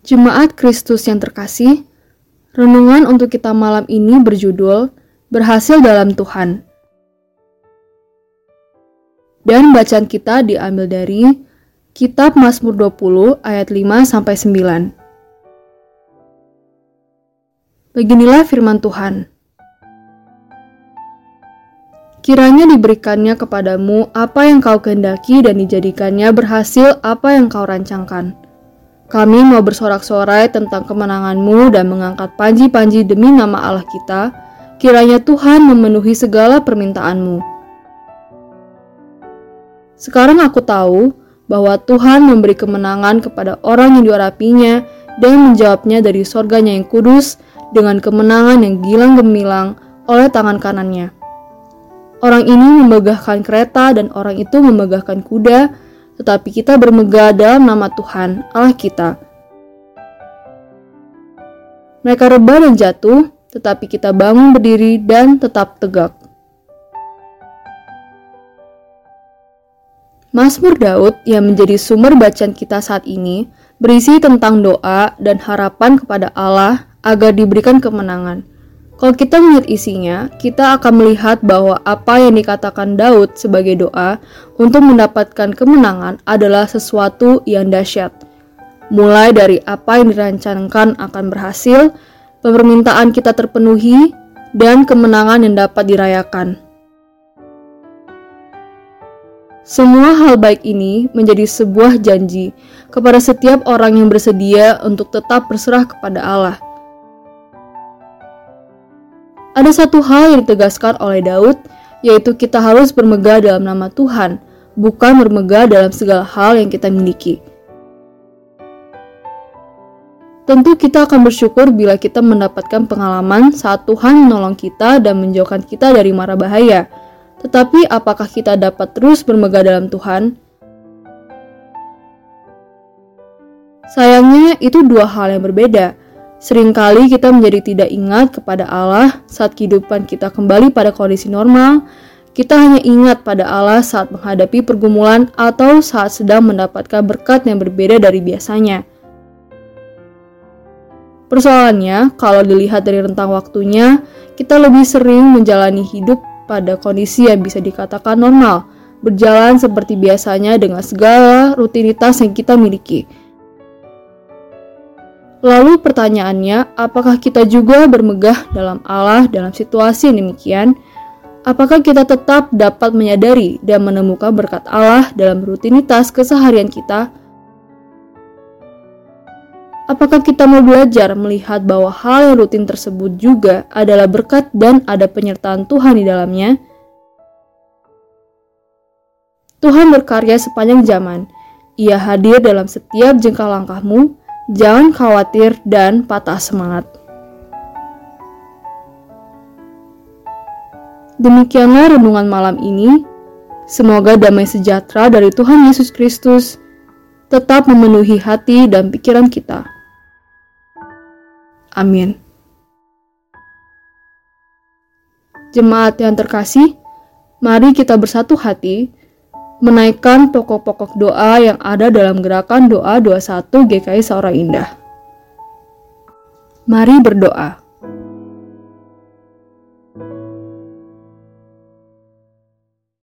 Jemaat Kristus yang terkasih, renungan untuk kita malam ini berjudul Berhasil dalam Tuhan. Dan bacaan kita diambil dari Kitab Mazmur 20 ayat 5-9. Beginilah firman Tuhan. Kiranya diberikannya kepadamu apa yang kau kehendaki dan dijadikannya berhasil apa yang kau rancangkan. Kami mau bersorak-sorai tentang kemenanganmu dan mengangkat panji-panji demi nama Allah kita. Kiranya Tuhan memenuhi segala permintaanmu. Sekarang aku tahu bahwa Tuhan memberi kemenangan kepada orang yang diurapinya dan menjawabnya dari sorganya yang kudus dengan kemenangan yang gilang gemilang oleh tangan kanannya. Orang ini memegahkan kereta dan orang itu memegahkan kuda, tetapi kita bermegah dalam nama Tuhan, Allah kita. Mereka rebah dan jatuh, tetapi kita bangun berdiri dan tetap tegak. Mazmur Daud yang menjadi sumber bacaan kita saat ini berisi tentang doa dan harapan kepada Allah agar diberikan kemenangan. Kalau kita melihat isinya, kita akan melihat bahwa apa yang dikatakan Daud sebagai doa untuk mendapatkan kemenangan adalah sesuatu yang dahsyat. Mulai dari apa yang dirancangkan akan berhasil, permintaan kita terpenuhi, dan kemenangan yang dapat dirayakan. Semua hal baik ini menjadi sebuah janji kepada setiap orang yang bersedia untuk tetap berserah kepada Allah. Ada satu hal yang ditegaskan oleh Daud, yaitu kita harus bermegah dalam nama Tuhan, bukan bermegah dalam segala hal yang kita miliki. Tentu kita akan bersyukur bila kita mendapatkan pengalaman saat Tuhan menolong kita dan menjauhkan kita dari mara bahaya. Tetapi apakah kita dapat terus bermegah dalam Tuhan? Sayangnya itu dua hal yang berbeda. Seringkali kita menjadi tidak ingat kepada Allah saat kehidupan kita kembali pada kondisi normal. Kita hanya ingat pada Allah saat menghadapi pergumulan atau saat sedang mendapatkan berkat yang berbeda dari biasanya. Persoalannya, kalau dilihat dari rentang waktunya, kita lebih sering menjalani hidup pada kondisi yang bisa dikatakan normal, berjalan seperti biasanya dengan segala rutinitas yang kita miliki. Lalu pertanyaannya, apakah kita juga bermegah dalam Allah dalam situasi yang demikian? Apakah kita tetap dapat menyadari dan menemukan berkat Allah dalam rutinitas keseharian kita? Apakah kita mau belajar melihat bahwa hal yang rutin tersebut juga adalah berkat dan ada penyertaan Tuhan di dalamnya? Tuhan berkarya sepanjang zaman. Ia hadir dalam setiap jengkal langkahmu. Jangan khawatir dan patah semangat. Demikianlah renungan malam ini. Semoga damai sejahtera dari Tuhan Yesus Kristus tetap memenuhi hati dan pikiran kita. Amin. Jemaat yang terkasih, mari kita bersatu hati menaikkan pokok-pokok doa yang ada dalam gerakan doa 21 GKI Saura Indah. Mari berdoa.